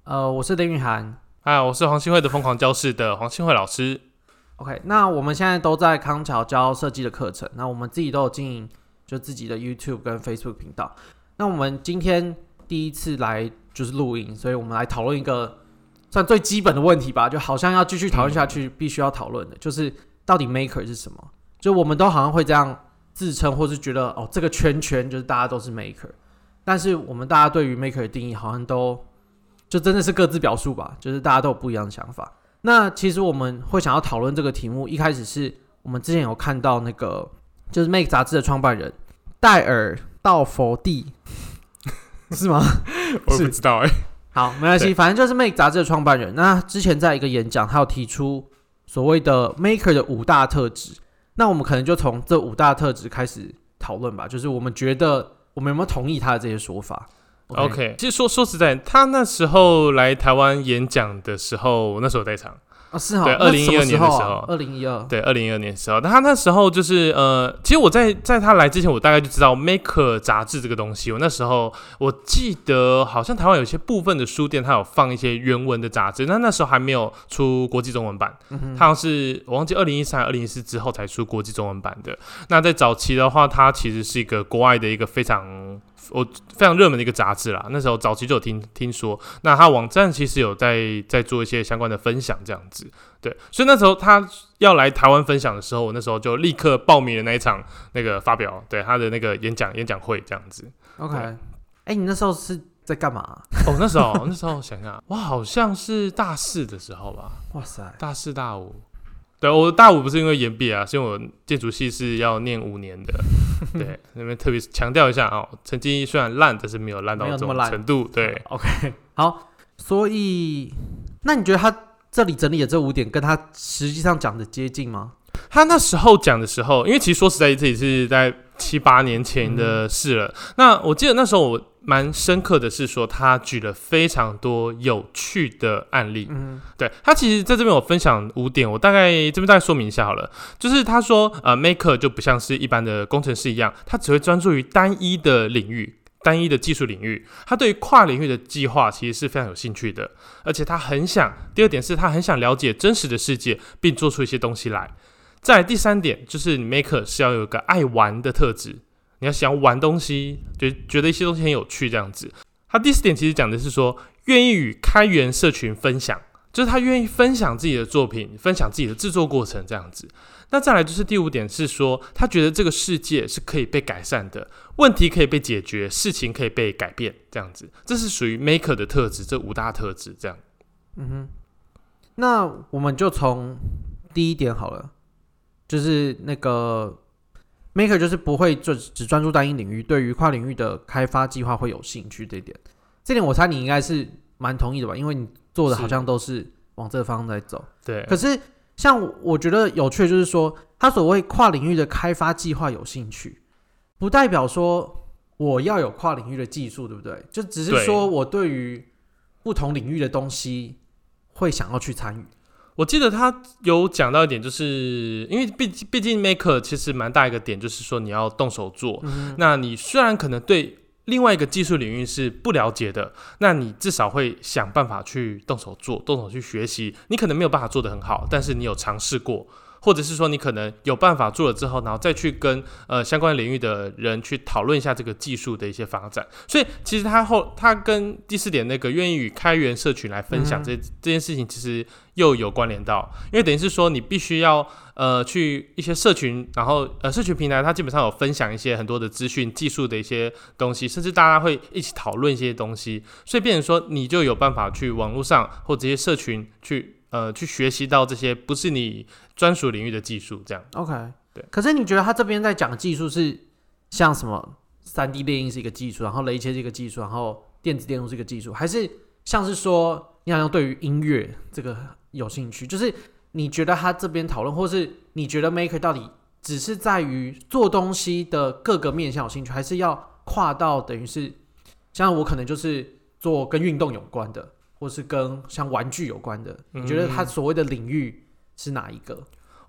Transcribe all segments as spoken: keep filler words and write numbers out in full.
呃，我是林雨涵。 嗨，我是黄信惠的疯狂教室的黄信惠老师。 OK， 那我们现在都在康桥教设计的课程，那我们自己都有经营就自己的 YouTube 跟 Facebook 频道。那我们今天第一次来就是录音，所以我们来讨论一个算最基本的问题吧，就好像要继续讨论下去，必须要讨论的，就是到底 Maker 是什么？就我们都好像会这样自称，或是觉得哦，这个圈圈就是大家都是 Maker， 但是我们大家对于 Maker 的定义好像都就真的是各自表述吧，就是大家都有不一样的想法。那其实我们会想要讨论这个题目，一开始是我们之前有看到那个就是 Make 杂志的创办人戴尔道佛蒂是吗？ 我不知道哎、欸。 好，没关系，反正就是 Make 杂志的创办人。那之前在一个演讲，他有提出所谓的 Maker 的五大特质。那我们可能就从这五大特质开始讨论吧，就是我们觉得我们有没有同意他的这些说法。 OK，, okay 其实说说实在，他那时候来台湾演讲的时候，我那时候在场。 啊，是哦， 对，二零一二年的时候， 二零一二， 对，二零一二年的时候，但他那时候就是呃，其实我在在他来之前，我大概就知道 Maker 杂志这个东西。我那时候我记得好像台湾有些部分的书店，它有放一些原文的杂志，那那时候还没有出国际中文版，嗯、它好像是我忘记二零一三、二零一四之后才出国际中文版的。那在早期的话，它其实是一个国外的一个非常。我非常热门的一个杂志啦，那时候早期就有听听说，那他网站其实有在在做一些相关的分享，这样子，对，所以那时候他要来台湾分享的时候，我那时候就立刻报名了那一场那个发表，对他的那个演讲演讲会这样子。 OK， 哎、欸，你那时候是在干嘛、啊？ 哦，那时候那时候想想，我好像是大四的时候吧， 哇塞， 大四大五。对，我大五不是因为延毕啊，是因为我建筑系是要念五年的。对，那边特别强调一下哦，成绩虽然烂，但是没有烂到这种程度。对 ，OK， 好，所以那你觉得他这里整理的这五点跟他实际上讲的接近吗？ 他那时候讲的时候，因为其实说实在，这也是在七八年前的事了。嗯、那我记得那时候我蛮深刻的是说，他举了非常多有趣的案例。嗯，对，他其实在这边我分享五点，我大概这边大概说明一下好了。就是他说，呃 ，Maker 就不像是一般的工程师一样，他只会专注于单一的领域。单一的技术领域，他对于跨领域的计划其实是非常有兴趣的，而且他很想。第二点是他很想了解真实的世界，并做出一些东西来。再来第三点就是你 Maker 是要有一个爱玩的特质，你要想玩东西，就觉得一些东西很有趣这样子。他第四点其实讲的是说，愿意与开源社群分享，就是他愿意分享自己的作品，分享自己的制作过程这样子。那再来就是第五点是说，他觉得这个世界是可以被改善的，问题可以被解决，事情可以被改变这样子。这是属于 Maker 的特质，这五大特质这样。 嗯哼，那我们就从第一点好了。就是那个 Maker 就是不会就只专注单一领域，对于跨领域的开发计划会有兴趣这一点，这点我猜你应该是蛮同意的吧？因为你做的好像都是往这个方向在走。 对。 可是像我觉得有趣的就是说，他所谓跨领域的开发计划有兴趣，不代表说我要有跨领域的技术，对不对？就只是说我对于不同领域的东西会想要去参与。 我记得他有讲到一点，就是因为毕毕竟 Maker 其实蛮大一个点，就是说你要动手做。嗯、那你虽然可能对另外一个技术领域是不了解的，那你至少会想办法去动手做，动手去学习。你可能没有办法做得很好，但是你有尝试过。或者是说你可能有办法做了之后，然后再去跟呃相关领域的人去讨论一下这个技术的一些发展。所以其实他后他跟第四点那个愿意与开源社群来分享这、嗯、这件事情，其实又有关联到，因为等于是说你必须要呃去一些社群，然后呃社群平台它基本上有分享一些很多的资讯、技术的一些东西，甚至大家会一起讨论一些东西，所以变成说你就有办法去网络上或这些社群去。呃，去学习到这些不是你专属领域的技术，这样。 OK， 对。 可是你觉得他这边在讲的技术是像什么？三 D 列印是一个技术，然后雷切是一个技术，然后电子电路是一个技术，还是像是说你好像对于音乐这个有兴趣？就是你觉得他这边讨论，或是你觉得 Maker 到底只是在于做东西的各个面向有兴趣，还是要跨到等于是像我可能就是做跟运动有关的？或是跟像玩具有关的，你觉得他所谓的领域是哪一个？ 我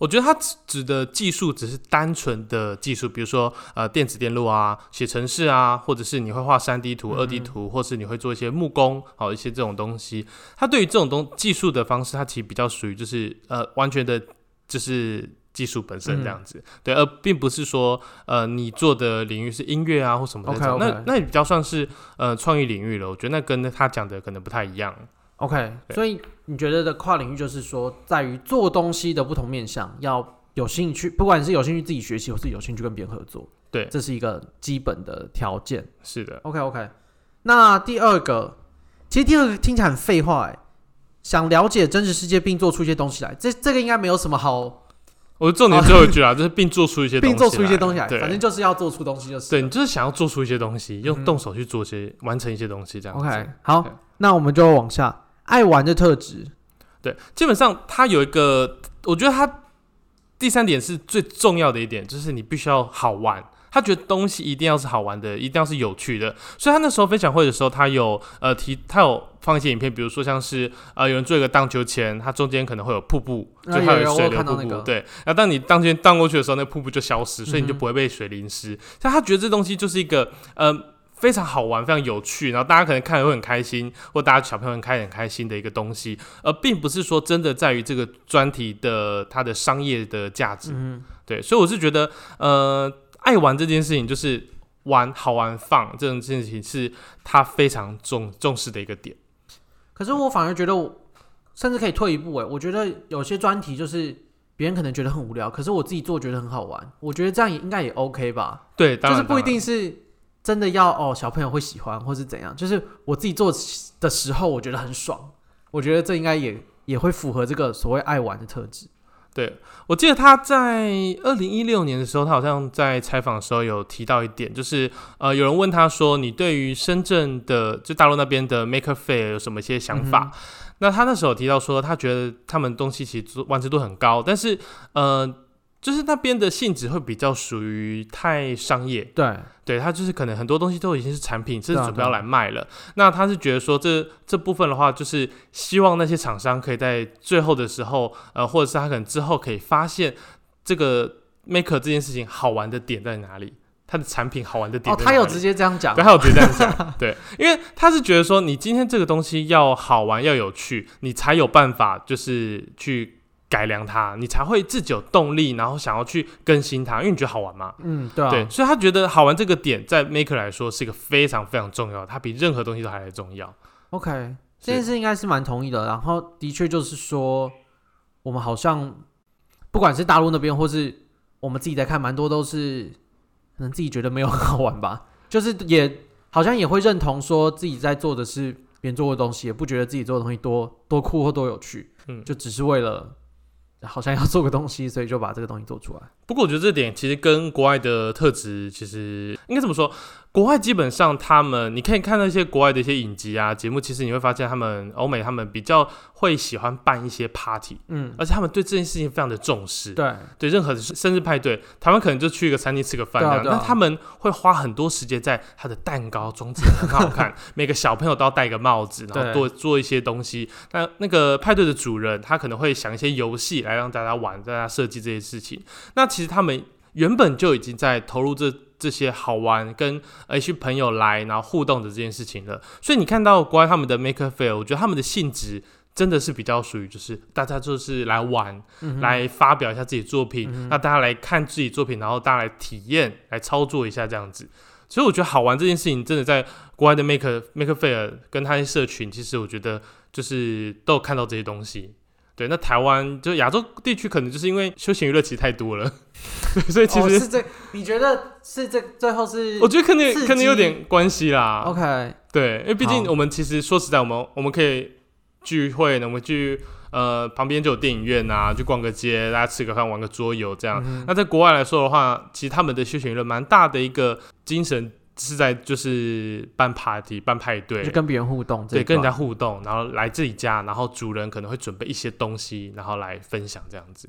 我觉得它指的技术只是单纯的技术，比如说呃电子电路啊、写程式啊，或者是你会画 三 D 图、二 D 图，或是你会做一些木工，好一些这种东西。它对于这种东技术的方式，它其实比较属于就是呃完全的，就是技术本身这样子，嗯、对，而并不是说呃你做的领域是音乐啊或什么的 okay, okay. 那那也比较算是呃创意领域了。我觉得那跟他讲的可能不太一样。 OK， 所以你觉得的跨领域就是说，在于做东西的不同面向，要有兴趣，不管是有兴趣自己学习，或是有兴趣跟别人合作， 对， 这是一个基本的条件。 是的 ，OK OK。那第二个，其实第二个听起来很废话哎，想了解真实世界并做出一些东西来，这这个应该没有什么好。 我重点最后一句啦，就是并做出一些东西来， 并做出一些东西来，反正就是要做出东西就是。 对，你就是想要做出一些东西，用动手去做些、嗯、完成一些东西这样子。 OK， 好，那我们就往下。爱玩的特质， 对，基本上它有一个，我觉得它第三点是最重要的一点，就是你必须要好玩。他觉得东西一定要是好玩的，一定要是有趣的，所以他那时候分享会的时候，他有呃提，他有放一些影片，比如说像是呃有人做一个荡秋千，它中间可能会有瀑布，就它有水流瀑布，那個、对，然后当你荡秋千荡过去的时候，那个瀑布就消失，所以你就不会被水淋湿。但、嗯、他觉得这东西就是一个呃非常好玩、非常有趣，然后大家可能看了会很开心，或大家小朋友看很开心的一个东西，而并不是说真的在于这个专题的它的商业的价值。嗯、对，所以我是觉得呃。爱玩这件事情，就是玩好玩放这种事情，是他非常重重视的一个点。 可是我反而觉得我，甚至可以退一步，哎，我觉得有些专题就是别人可能觉得很无聊，可是我自己做觉得很好玩。我觉得这样也应该也 OK 吧？ 对，当然就是不一定是真的要哦小朋友会喜欢，或是怎样。就是我自己做的时候，我觉得很爽。我觉得这应该也也会符合这个所谓爱玩的特质。 对，我记得他在二零一六年的时候，他好像在采访的时候有提到一点，就是呃，有人问他说，你对于深圳的就大陆那边的 Maker Faire 有什么一些想法？嗯、那他那时候有提到说，他觉得他们东西其实完成度很高，但是呃。就是那边的性质会比较属于太商业， 对， 对，他就是可能很多东西都已经是产品，是准备要来卖了。那他是觉得说这这部分的话，就是希望那些厂商可以在最后的时候，呃，或者是他可能之后可以发现这个 maker 这件事情好玩的点在哪里，他的产品好玩的点在哪里。 哦，他有直接这样讲， 对，他有直接这样讲，对，因为他是觉得说，你今天这个东西要好玩要有趣，你才有办法就是去。改良它，你才会自己有动力，然后想要去更新它，因为你觉得好玩嘛。 嗯，对啊。 对，所以他觉得好玩这个点，在 Maker 来说是一个非常非常重要的，它比任何东西都还来重要。 OK， 这件事应该是蛮同意的。然后的确就是说，我们好像不管是大陆那边，或是我们自己在看，蛮多都是可能自己觉得没有很好玩吧，就是也好像也会认同说自己在做的是别人做过的东西，也不觉得自己做的东西多多酷或多有趣，嗯，就只是为了。好像要做个东西，所以就把这个东西做出来。 不过我觉得这点其实跟国外的特质其实应该怎么说？国外基本上他们，你可以看到一些国外的一些影集啊节目，其实你会发现他们欧美他们比较会喜欢办一些 party， 嗯，而且他们对这件事情非常的重视。 对对，任何的生日派对，台湾可能就去一个餐厅吃个饭这样，但、啊啊、他们会花很多时间在他的蛋糕装置很好看，每个小朋友都要戴个帽子，然后多做一些东西。那那个派对的主人他可能会想一些游戏来让大家玩，大家设计这些事情。那其实他们原本就已经在投入这这些好玩跟一些朋友来然后互动的这件事情了，所以你看到国外他们的 Maker Faire， 我觉得他们的性质真的是比较属于就是大家就是来玩、嗯、来发表一下自己作品、嗯、那大家来看自己作品，然后大家来体验来操作一下这样子。所以我觉得好玩这件事情真的在国外的 Maker, Maker Faire 跟他的社群，其实我觉得就是都有看到这些东西。对，那台湾就亚洲地区可能就是因为休闲娱乐其实太多了，所以其实、 哦、是这，你觉得是这最后是？ 我觉得可能可能有点关系啦。 OK， 对，因为毕竟我们其实说实在，我们我们可以聚会，我们去呃旁边就有电影院啊，去逛个街，大家吃个饭，玩个桌游这样、嗯。那在国外来说的话，其实他们的休闲娱乐蛮大的一个精神。是在就是办 party 办派对， 就跟别人互动， 对，跟人家互动，然后来自己家，然后主人可能会准备一些东西，然后来分享这样子。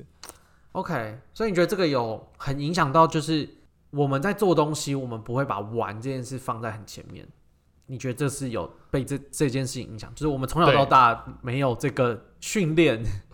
OK， 所以你觉得这个有很影响到，就是我们在做东西，我们不会把玩这件事放在很前面。你觉得这是有被 这, 这件事情影响？就是我们从小到大没有这个训练，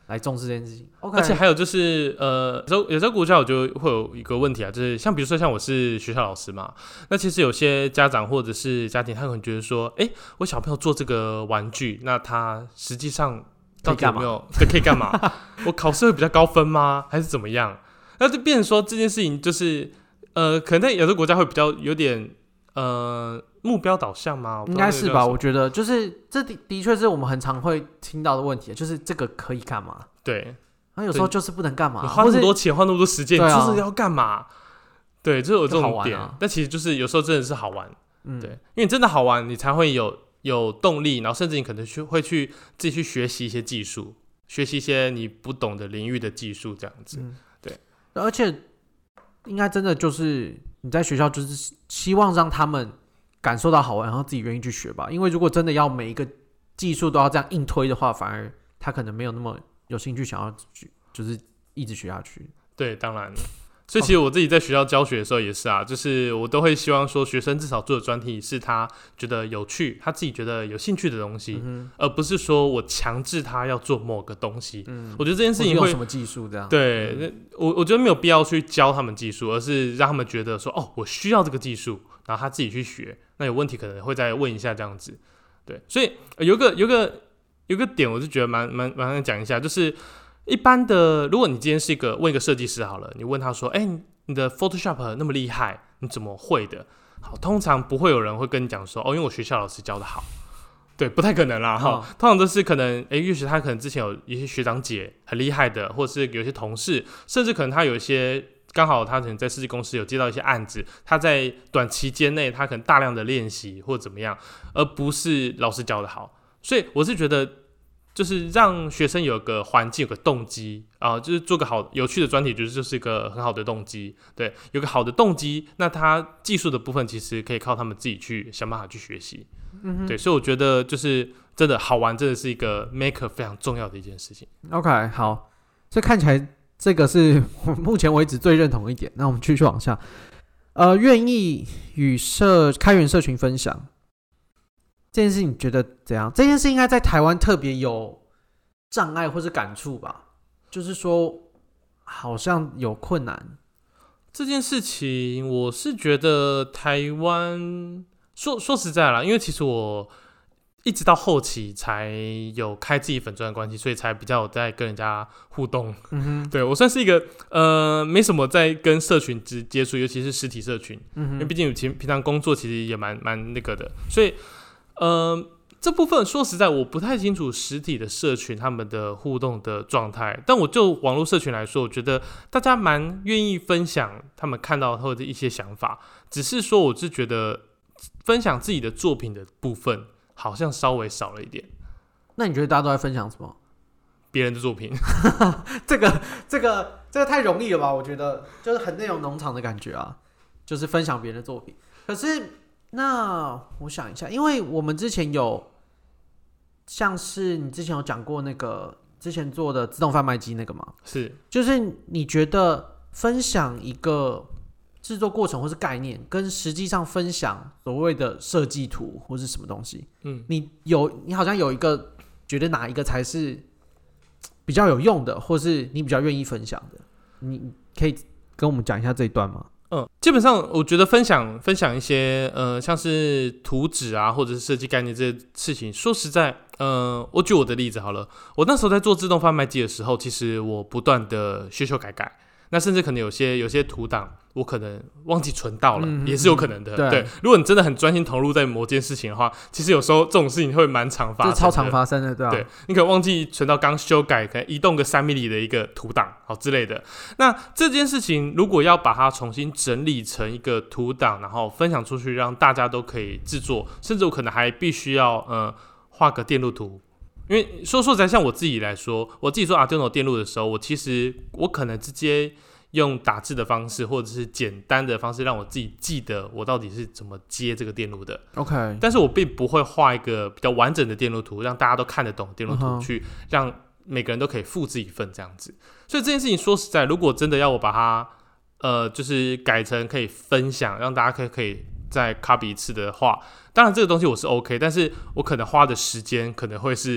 来重视这件事情。OK， 而且还有就是呃，有时候有时候国家我就会有一个问题啊，就是像比如说像我是学校老师嘛，那其实有些家长或者是家庭，他可能觉得说，哎，我小朋友做这个玩具，那他实际上到底有没有对可以干嘛？我考试会比较高分吗？还是怎么样？那就变成说这件事情就是呃，可能在有的国家会比较有点呃目标导向吗？ 应该是吧？我觉得就是这的的确是我们很常会听到的问题，就是这个可以干嘛？ 对， 那有时候就是不能干嘛？ 你花那么多钱，花那么多时间， 啊、 你就是要干嘛？对，就是有这种点。 啊、 但其实就是有时候真的是好玩，嗯，对，因为你真的好玩，你才会有有动力，然后甚至你可能去会去自己去学习一些技术，学习一些你不懂的领域的技术，这样子。嗯、对， 而且应该真的就是你在学校就是希望让他们感受到好玩，然后自己愿意去学吧。因为如果真的要每一个技术都要这样硬推的话，反而他可能没有那么有兴趣想要就是一直学下去。 对，当然。所以其实我自己在学校教学的时候也是啊，就是我都会希望说学生至少做的专题是他觉得有趣，他自己觉得有兴趣的东西，嗯、而不是说我强制他要做某个东西。嗯、我觉得这件事情会用什么技术这样？ 对，嗯、我我觉得没有必要去教他们技术，而是让他们觉得说哦，我需要这个技术，然后他自己去学。那有问题可能会再问一下这样子。对，所以有个有个有个点，我就觉得蛮蛮蛮想讲一下，就是。一般的，如果你今天是一个问一个设计师好了，你问他说：“哎、欸，你的 Photoshop 那么厉害，你怎么会的？”好，通常不会有人会跟你讲说：“哦，因为我学校老师教的好。”对，不太可能啦哈。哦、通常都是可能，哎、欸，也许他可能之前有一些学长姐很厉害的，或者是有些同事，甚至可能他有一些刚好他可能在设计公司有接到一些案子，他在短期间内他可能大量的练习或者怎么样，而不是老师教的好。所以我是觉得。就是让学生有个环境，有个动机啊、呃，就是做个好有趣的专题，就是就是一个很好的动机。对，有个好的动机，那他技术的部分其实可以靠他们自己去想办法去学习。嗯，对，所以我觉得就是真的好玩，真的是一个 maker 非常重要的一件事情。 OK， 好，所以看起来这个是我目前为止最认同的一点。那我们继续往下，呃，愿意与社开源社群分享。这件事你觉得怎样？这件事应该在台湾特别有障碍或是感触吧？就是说，好像有困难。 这件事情，我是觉得台湾说说实在啦，因为其实我一直到后期才有开自己粉专的关系，所以才比较有在跟人家互动。嗯哼，对我算是一个呃没什么在跟社群接触，尤其是实体社群，嗯、因为毕竟平平常工作其实也蛮蛮那个的，所以。呃，这部分说实在，我不太清楚实体的社群他们的互动的状态。但我就网络社群来说，我觉得大家蛮愿意分享他们看到后的一些想法。只是说，我是觉得分享自己的作品的部分好像稍微少了一点。 那你觉得大家都在分享什么？ 别人的作品？ 这个、这个、这个太容易了吧？我觉得就是很内容农场的感觉啊，就是分享别人的作品。可是。那我想一下，因为我们之前有像是你之前有讲过那个之前做的自动贩卖机那个嘛， 是， 就是你觉得分享一个制作过程或是概念，跟实际上分享所谓的设计图或是什么东西，嗯，你有你好像有一个觉得哪一个才是比较有用的，或是你比较愿意分享的，你可以跟我们讲一下这一段吗？ 嗯，基本上我觉得分享分享一些呃，像是图纸啊，或者是设计概念这些事情，说实在，呃，我举我的例子好了。我那时候在做自动贩卖机的时候，其实我不断的修修改改，那甚至可能有些有些图档我可能忘记存到了，嗯、也是有可能的。对, 对，如果你真的很专心投入在某件事情的话，其实有时候这种事情会蛮常发生的， 超常发生的，对啊。 对，你可能忘记存到刚修改，可能移动个三 millimeter 的一个图档，好之类的。那这件事情如果要把它重新整理成一个图档，然后分享出去，让大家都可以制作，甚至我可能还必须要呃画个电路图。因为说说实在，像我自己来说，我自己做 Arduino 电路的时候，我其实我可能直接用打字的方式，或者是简单的方式，让我自己记得我到底是怎么接这个电路的。 OK， 但是我并不会画一个比较完整的电路图，让大家都看得懂电路图，uh-huh. 去让每个人都可以复制一份这样子。所以这件事情说实在，如果真的要我把它呃，就是改成可以分享，让大家可以可以再 copy 一次的话，当然这个东西我是 OK， 但是我可能花的时间可能会是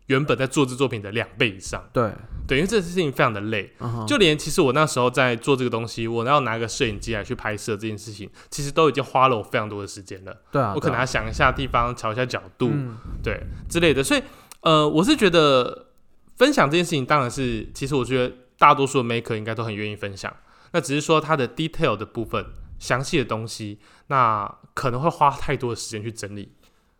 原本在做这作品的两倍以上。 对对，因为这件事情非常的累，uh-huh. 就连其实我那时候在做这个东西，我要拿个摄影机来去拍摄这件事情，其实都已经花了我非常多的时间了。 对啊， 我可能要想一下地方，调一下角度， 嗯、 对之类的。所以呃，我是觉得分享这件事情，当然是其实我觉得大多数的 maker 应该都很愿意分享，那只是说它的 detail 的部分，详细的东西，那可能会花太多的时间去整理。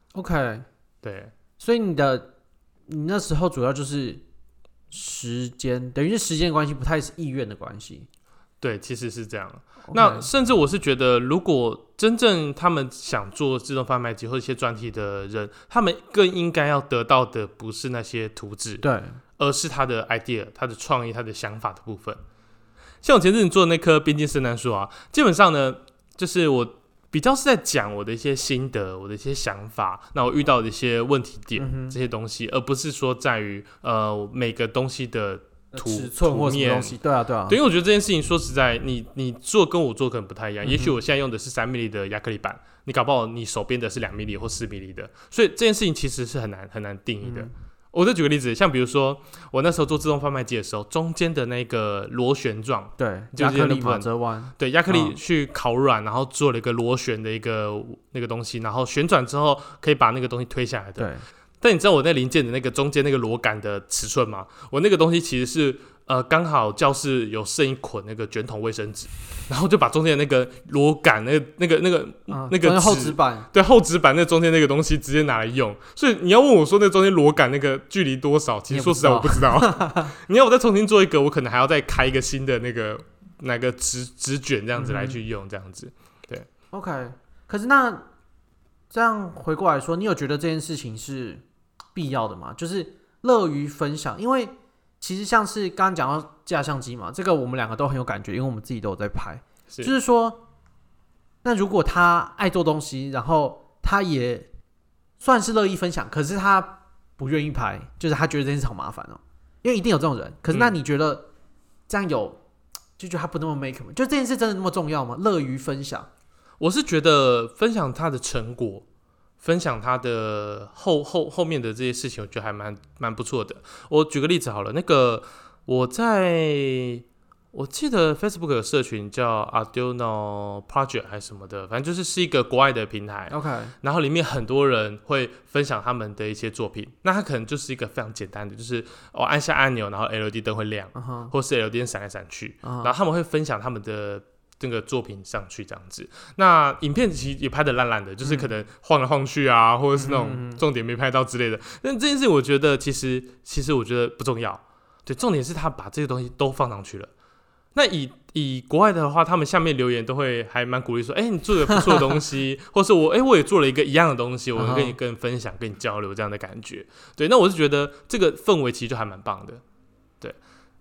OK， 对，所以你的你那时候主要就是时间，等于是时间的关系，不太是意愿的关系。 对，其实是这样。 Okay. 那甚至我是觉得，如果真正他们想做自动贩卖机或者一些专题的人，他们更应该要得到的不是那些图纸， 对， 而是他的 idea、他的创意、他的想法的部分。像我前阵子做的那棵边境圣诞树啊，基本上呢，就是我比较是在讲我的一些心得，我的一些想法，那我遇到的一些问题点、嗯、这些东西，而不是说在于呃每个东西的图尺寸或什么东西。对啊，对啊。 对，因为我觉得这件事情说实在，你你做跟我做可能不太一样。嗯、也许我现在用的是三 mm 的亚克力板，你搞不好你手边的是两 mm 或四 mm 的，所以这件事情其实是很难很难定义的。嗯，我再举个例子，像比如说我那时候做自动贩卖机的时候，中间的那个螺旋状， 对， 就是亚克力马折弯， 对，亚克力去烤软，然后做了一个螺旋的一个那个东西，然后旋转之后可以把那个东西推下来的。 对， 但你知道我那零件的那个中间那个螺杆的尺寸吗？我那个东西其实是呃刚好教室有剩一捆那个卷筒卫生纸，然后就把中间的那个螺杆那个那个那个、嗯、那个厚纸板， 对，厚纸板那中间那个东西直接拿来用。所以你要问我说那中间螺杆那个距离多少，其实说实在我不知道。你要我再重新做一个，我可能还要再开一个新的那个那个纸纸卷这样子来去用，这样子。对 ，OK。可是那这样回过来说，你有觉得这件事情是必要的吗？就是乐于分享，因为其实像是刚刚讲到架相机嘛，这个我们两个都很有感觉，因为我们自己都有在拍。是就是说，那如果他爱做东西，然后他也算是乐意分享，可是他不愿意拍，就是他觉得这件事好麻烦哦，因为一定有这种人。可是那你觉得这样有、嗯、就觉得他不那么 make 吗？就这件事真的那么重要吗？乐于分享， 我是觉得分享他的成果。分享他的后后后面的这些事情，我觉得还蛮蛮不错的。我举个例子好了，那个我在我记得 Facebook 有社群叫 Arduino Project 还是什么的，反正就是是一个国外的平台。 OK， 然后里面很多人会分享他们的一些作品。那它可能就是一个非常简单的，就是我、哦、按下按钮，然后 L E D 灯会亮， uh-huh. 或是 L E D 灯闪来闪去， uh-huh. 然后他们会分享他们的这个作品上去这样子，那影片其实也拍得烂烂的，就是可能晃来晃去啊，或者是那种重点没拍到之类的。但这件事我觉得其实其实我觉得不重要，对，重点是他把这些东西都放上去了。那以以国外的话，他们下面留言都会还蛮鼓励说，哎、欸，你做了不错的东西，或是我哎、欸、我也做了一个一样的东西，我跟你跟你分享，跟你交流这样的感觉。对，那我是觉得这个氛围其实就还蛮棒的。对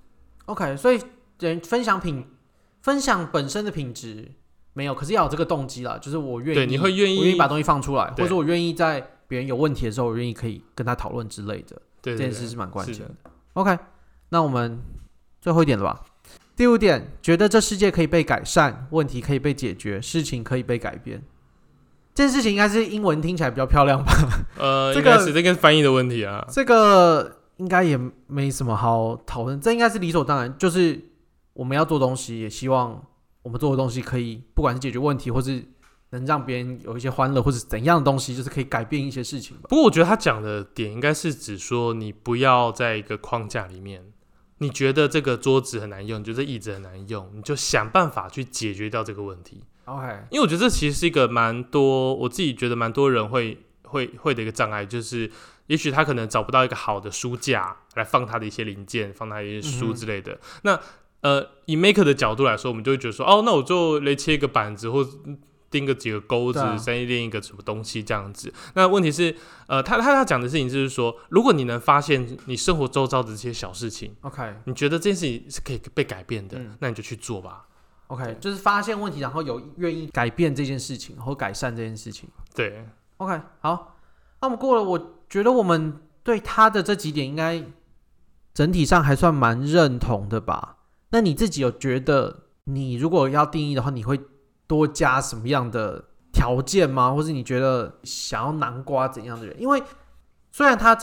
，OK， 所以分享品。分享本身的品质没有，可是要有这个动机啦，就是我愿意， 对，你会愿意， 我愿意把东西放出来，或者我愿意在别人有问题的时候，我愿意可以跟他讨论之类的。 对，对，对， 这件事是蛮关键的。OK， 那我们最后一点了吧？第五点，觉得这世界可以被改善，问题可以被解决，事情可以被改变。这件事情应该是英文听起来比较漂亮吧？ 呃，这个、应该是这个翻译的问题啊。 这个应该也没什么好讨论，这应该是理所当然，就是。我们要做东西，也希望我们做的东西可以，不管是解决问题，或是能让别人有一些欢乐，或是怎样的东西，就是可以改变一些事情吧。 不过我觉得他讲的点应该是指说，你不要在一个框架里面，你觉得这个桌子很难用，你觉得椅子很难用，你就想办法去解决掉这个问题。 OK， 因为我觉得这其实是一个蛮多，我自己觉得蛮多人会会会的一个障碍，就是也许他可能找不到一个好的书架来放他的一些零件，放他的一些书之类的。嗯、那呃，以 maker 的角度来说，我们就会觉得说，哦，那我就来切一个板子，或钉个几个钩子，三 D 练一个什么东西这样子。那问题是，呃，他他他讲的事情就是说，如果你能发现你生活周遭的这些小事情 ，OK， 你觉得这件事情是可以被改变的，嗯、那你就去做吧。 OK， 就是发现问题，然后有愿意改变这件事情，或改善这件事情。 对 ，OK， 好，那我们过了，我觉得我们对他的这几点应该整体上还算蛮认同的吧。那你自己有觉得，你如果要定义的话，你会多加什么样的条件吗？或是你觉得想要南瓜怎样的人？因为虽然他这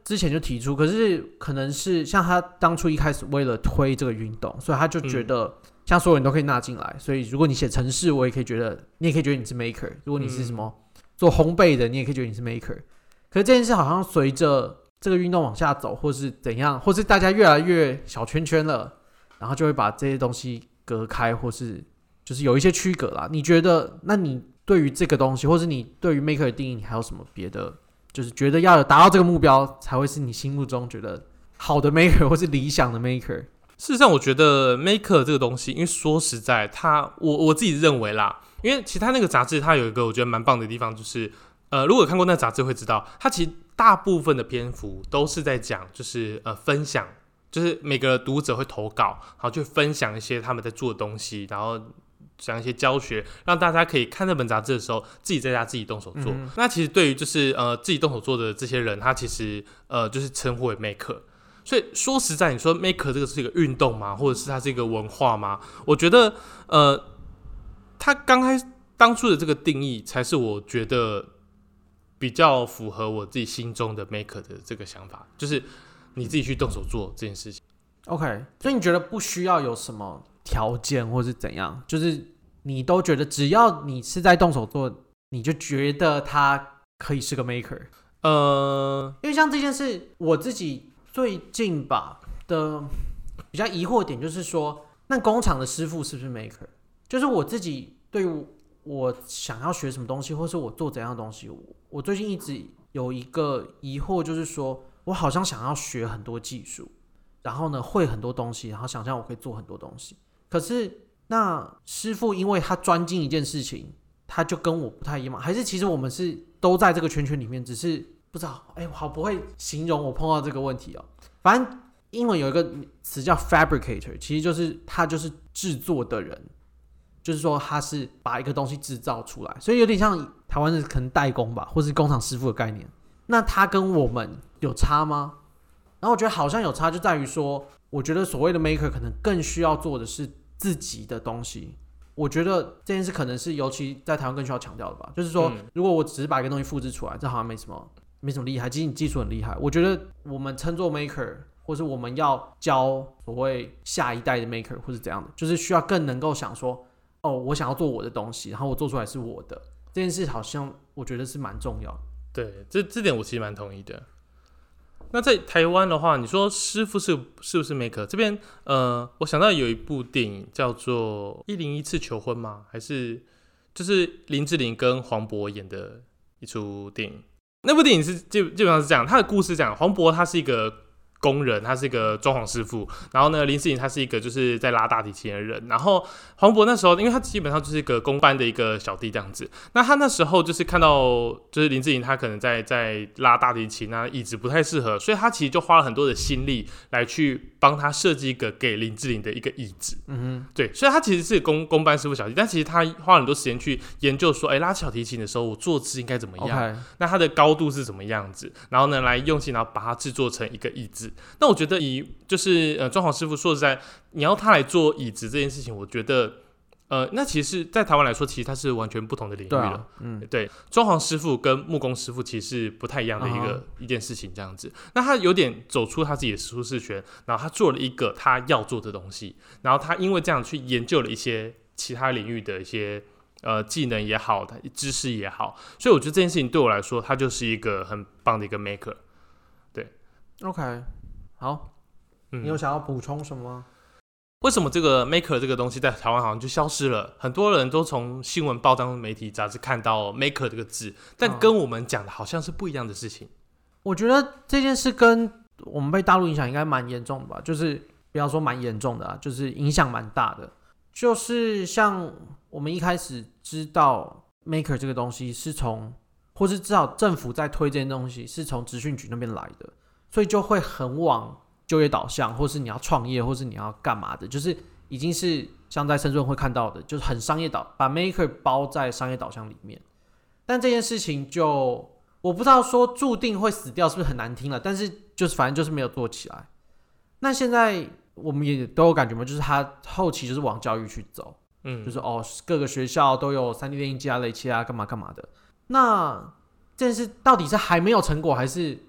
之前就提出，可是可能是像他当初一开始为了推这个运动，所以他就觉得像所有人都可以纳进来，所以如果你写程式，我也可以觉得，你也可以觉得你是 maker。如果你是什么做烘焙的，你也可以觉得你是 maker。可是这件事好像随着这个运动往下走，或是怎样，或是大家越来越小圈圈了，然后就会把这些东西隔开，或是就是有一些区隔啦。你觉得，那你对于这个东西，或是你对于 maker 的定义，你还有什么别的？就是觉得要有达到这个目标，才会是你心目中觉得好的 maker 或是理想的 maker。 事实上，我觉得 maker 这个东西，因为说实在，它我我自己认为啦，因为其他那个杂志它有一个我觉得蛮棒的地方，就是呃，如果有看过那个杂志会知道，它其实大部分的篇幅都是在讲，就是呃分享，就是每个读者会投稿，然后去分享一些他们在做的东西，然后讲一些教学，让大家可以看那本杂志的时候，自己在家自己动手做。嗯、那其实对于就是呃自己动手做的这些人，他其实呃就是称呼为 maker。所以说实在，你说 maker 这个是一个运动吗？或者是它是一个文化吗？我觉得呃，他刚开始当初的这个定义，才是我觉得比较符合我自己心中的 maker 的这个想法，就是你自己去动手做这件事情。 OK， 所以你觉得不需要有什么条件或是怎样，就是你都觉得只要你是在动手做，你就觉得它可以是个 maker。呃，因为像这件事，我自己最近吧的比较疑惑点就是说，那工厂的师傅是不是 maker？ 就是我自己对于我想要学什么东西，或是我做怎样的东西，我最近一直有一个疑惑，就是说我好像想要学很多技术，然后呢会很多东西，然后想象我可以做很多东西。可是那师傅因为他专精一件事情，他就跟我不太一样吗？还是其实我们是都在这个圈圈里面，只是不知道，哎、欸，我好不会形容我碰到这个问题哦。反正英文有一个词叫 fabricator， 其实就是他就是制作的人，就是说他是把一个东西制造出来，所以有点像台湾的可能代工吧，或是工厂师傅的概念。那他跟我们有差吗？然后我觉得好像有差，就在于说，我觉得所谓的 maker 可能更需要做的是自己的东西。我觉得这件事可能是尤其在台湾更需要强调的吧，就是说，如果我只是把一个东西复制出来，这好像没什么没什么厉害，其实你技术很厉害。我觉得我们称作 maker， 或是我们要教所谓下一代的 maker 或是怎样的，就是需要更能够想说，哦，我想要做我的东西，然后我做出来是我的这件事，好像我觉得是蛮重要的。 对，这这点我其实蛮同意的。那在台湾的话，你说师傅是是不是 maker？ 这边呃，我想到有一部电影叫做《一零一次求婚》吗？还是就是林志玲跟黄渤演的一出电影？那部电影是基基本上是这样，他的故事是这样：黄渤他是一个工人，他是一个装潢师傅，然后呢，林志玲他是一个就是在拉大提琴的人，然后黄渤那时候，因为他基本上就是一个工班的一个小弟这样子，那他那时候就是看到就是林志玲他可能在在拉大提琴啊，椅子不太适合，所以他其实就花了很多的心力来去帮他设计一个给林志玲的一个椅子，嗯哼，对，所以他其实是工工班师傅小弟，但其实他花了很多时间去研究说，哎，拉小提琴的时候我坐姿应该怎么样， okay. 那它的高度是怎么样子，然后呢来用心，然后把它制作成一个椅子。那我觉得以就是呃装潢师傅说实在，你要他来做椅子这件事情，我觉得呃那其实在台湾来说，其实它是完全不同的领域了。对啊，嗯，对，装潢师傅跟木工师傅其实是不太一样的一个、uh-huh. 一件事情这样子。那他有点走出他自己的舒适圈，然后他做了一个他要做的东西，然后他因为这样去研究了一些其他领域的一些呃技能也好，知识也好，所以我觉得这件事情对我来说，它就是一个很棒的一个 maker。对 ，OK。好，你有想要补充什么吗？ 为什么这个 maker 这个东西在台湾好像就消失了？很多人都从新闻、报章、媒体、杂志看到 maker 这个字，但跟我们讲的好像是不一样的事情。 我觉得这件事跟我们被大陆影响应该蛮严重的吧，就是不要说蛮严重的啊，就是影响蛮大的。就是像我们一开始知道 maker 这个东西是从，或是至少政府在推这件东西是从职训局那边来的。所以就会很往就业导向，或是你要创业，或是你要干嘛的，就是已经是像在深圳会看到的，就是很商业导，把 maker 包在商业导向里面。但这件事情就我不知道说注定会死掉是不是很难听了，但是就是反正就是没有做起来。那现在我们也都有感觉嘛，就是他后期就是往教育去走，嗯，就是哦各个学校都有 三 D 列印机啊、雷切啊，干嘛干嘛的。那这件事到底是还没有成果，还是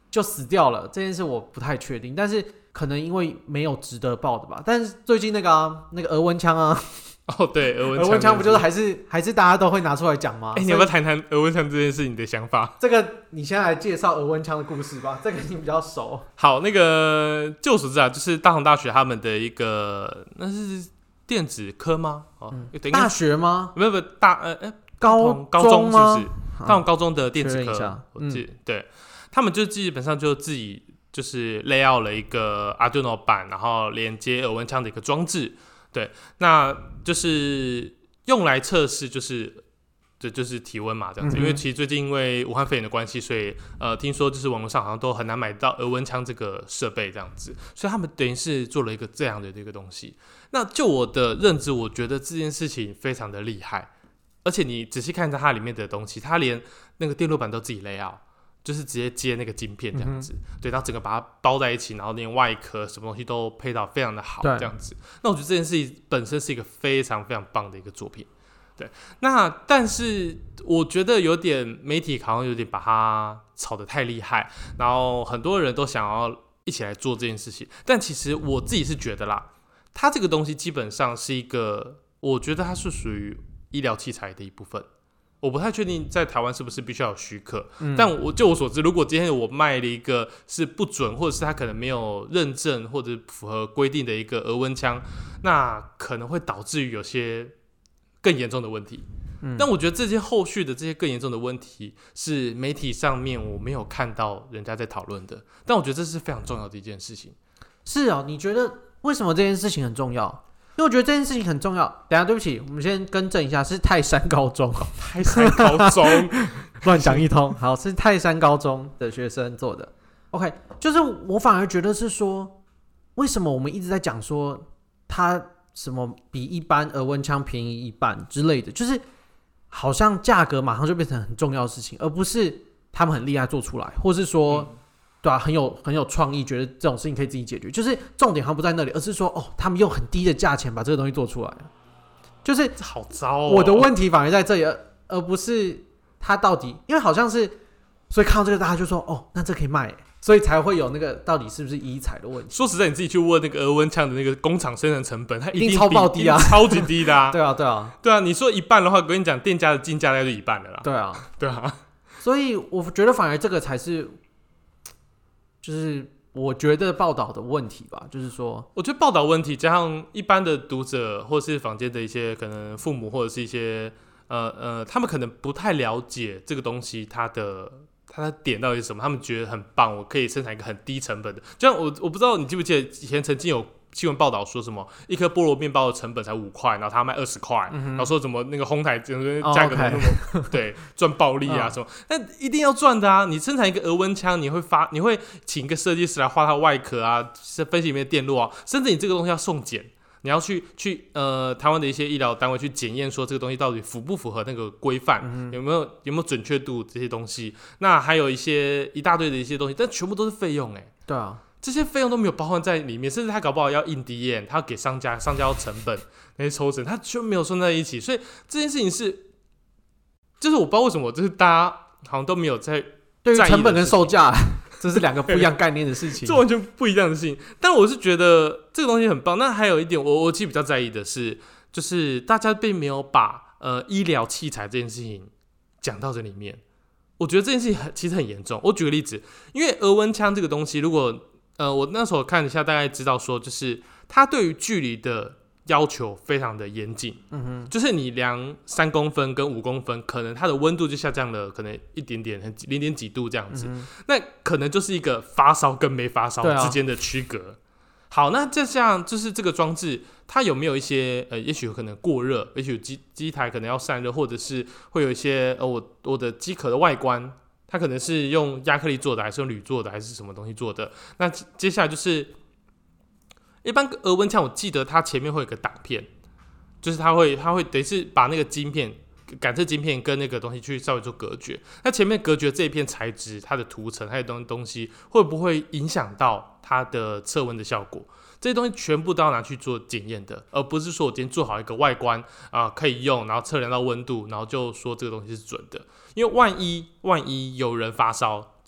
就死掉了这件事我不太确定，但是可能因为没有值得报的吧。但是最近那个啊，那个俄温枪啊， 哦对，俄温枪， 俄温枪不就是还是还是大家都会拿出来讲吗？ 哎、欸，你要不要谈谈俄温枪这件事你的想法？ 这个你先来介绍俄温枪的故事吧，这个你比较熟。 好，那个就我所知啊，就是大同大学他们的一个那是电子科吗？哦， 嗯、大学吗？ 没有没有大呃呃高高中是不是？大同啊、 高中的电子科，我记、嗯、对，他们就基本上就自己就是 lay out 了一个 Arduino 板，然后连接耳温枪的一个装置，对，那就是用来测试，就是这就是体温嘛，这样子。嗯、因为其实最近因为武汉肺炎的关系，所以呃，听说就是网络上好像都很难买到耳温枪这个设备，这样子，所以他们等于是做了一个这样的一个东西。那就我的认知，我觉得这件事情非常的厉害。而且你仔细看一下它里面的东西，它连那个电路板都自己 lay out， 就是直接接那个晶片这样子，嗯、对，然后整个把它包在一起，然后连外壳什么东西都配到非常的好，这样子。那我觉得这件事情本身是一个非常非常棒的一个作品，对。那但是我觉得有点媒体好像有点把它炒得太厉害，然后很多人都想要一起来做这件事情，但其实我自己是觉得啦，它这个东西基本上是一个，我觉得它是属于医疗器材的一部分，我不太确定在台湾是不是必须要有许可，嗯、但我就我所知，如果今天我卖了一个是不准，或者是它可能没有认证或者符合规定的一个额温枪，那可能会导致于有些更严重的问题。嗯、但我觉得这些后续的这些更严重的问题是媒体上面我没有看到人家在讨论的，但我觉得这是非常重要的一件事情。 是啊，你觉得为什么这件事情很重要？因为我觉得这件事情很重要。等一下，对不起，我们先更正一下，是泰山高中。哦、 泰山高中乱讲一通。好，是泰山高中的学生做的。OK， 就是我反而觉得是说，为什么我们一直在讲说它什么比一般额温枪便宜一半之类的，就是好像价格马上就变成很重要的事情，而不是他们很厉害做出来，或是说。嗯对啊，很有很有创意，觉得这种事情可以自己解决。就是重点好像不在那里，而是说哦，他们用很低的价钱把这个东西做出来，就是好糟哦。 我的问题反而在这里，而不是他到底，因为好像是，所以看到这个大家就说哦，那这可以卖，所以才会有那个到底是不是医材的问题。 说实在，你自己去问那个额温枪的那个工厂生产成本，它一定超爆低啊， 超级低的啊。 对啊，对啊， 对啊。你说一半的话，我跟你讲，店家的进价大概就一半了啦。 对啊， 对啊。 所以我觉得反而这个才是。就是我觉得报道的问题吧，就是说， 我觉得报道问题加上一般的读者或是坊间的一些可能父母或者是一些呃呃，他们可能不太了解这个东西它的它的点到底是什么，他们觉得很棒，我可以生产一个很低成本的，就像我我不知道你记不记得以前曾经有新闻报道说什么一颗菠萝面包的成本才五块，然后他卖二十块，然后说什么那个烘台价格那么、oh, okay. 对赚暴利啊什么，但一定要赚的啊！你生产一个额温枪，你会发你会请一个设计师来画它外壳啊，分析里面的电路啊，甚至你这个东西要送检，你要去去呃台湾的一些医疗单位去检验说这个东西到底符不符合那个规范、嗯，有没有有没有准确度这些东西，那还有一些一大堆的一些东西，但全部都是费用哎、欸。 对啊。 这些费用都没有包含在里面，甚至他搞不好要印 D N， 他要给商家，商家要成本那些抽成，他就没有算在一起。所以这件事情是，就是我不知道为什么，就是大家好像都没有在对于成本跟售价，这是两个不一样概念的事情， 这完全不一样的事情。但我是觉得这个东西很棒。那还有一点，我我其实比较在意的是，就是大家并没有把呃医疗器材这件事情讲到这里面。我觉得这件事情很其实很严重。我举个例子，因为额温枪这个东西，如果呃，我那时候看一下，大概知道说，就是它对于距离的要求非常的严谨。嗯哼，就是你量三公分跟五公分，可能它的温度就下降了，可能一点点，零点几度这样子。嗯、那可能就是一个发烧跟没发烧之间的区隔。啊、好，那这像就是这个装置，它有没有一些呃，也许有可能过热，也许机机台可能要散热，或者是会有一些呃，我我的机壳的外观。它可能是用亚克力做的，还是用铝做的，还是什么东西做的？那接下来就是一般额温枪，我记得它前面会有个挡片，就是它会它会等于是把那个晶片感测晶片跟那个东西去稍微做隔绝。那前面隔绝这一片材质，它的涂层还有东东西，会不会影响到它的测温的效果？这些东西全部都要拿去做检验的，而不是说我今天做好一个外观啊、呃、可以用，然后测量到温度，然后就说这个东西是准的。因为万一万一有人发烧，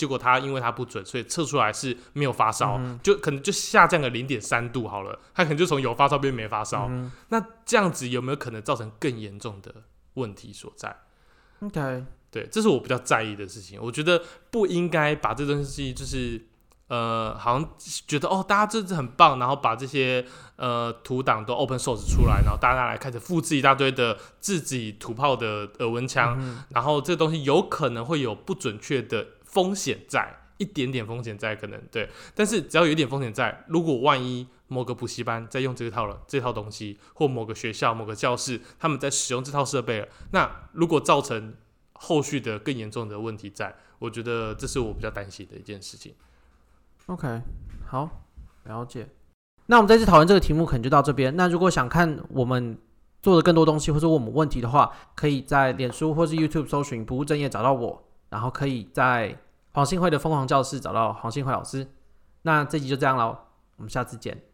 结果它因为它不准，所以测出来是没有发烧， 嗯、 就可能就下降个零点三度好了，它可能就从有发烧变没发烧。 嗯、 那这样子有没有可能造成更严重的问题所在 ？OK， 对，这是我比较在意的事情。我觉得不应该把这东西就是呃，好像觉得哦，大家这是很棒，然后把这些呃图档都 open source 出来，然后大家来开始复制一大堆的自己土炮的耳温枪， 嗯、 然后这个东西有可能会有不准确的风险在，一点点风险在可能对，但是只要有一点风险在，如果万一某个补习班在用这套了这套东西，或某个学校某个教室他们在使用这套设备了，那如果造成后续的更严重的问题在，我觉得这是我比较担心的一件事情。 OK， 好，了解。那我们这次讨论这个题目可能就到这边。那如果想看我们做的更多东西，或者问我们问题的话，可以在脸书或是 YouTube 搜寻不务正业找到我，然后可以在黄信辉的疯狂教室找到黄信辉老师。那这集就这样咯，我们下次见。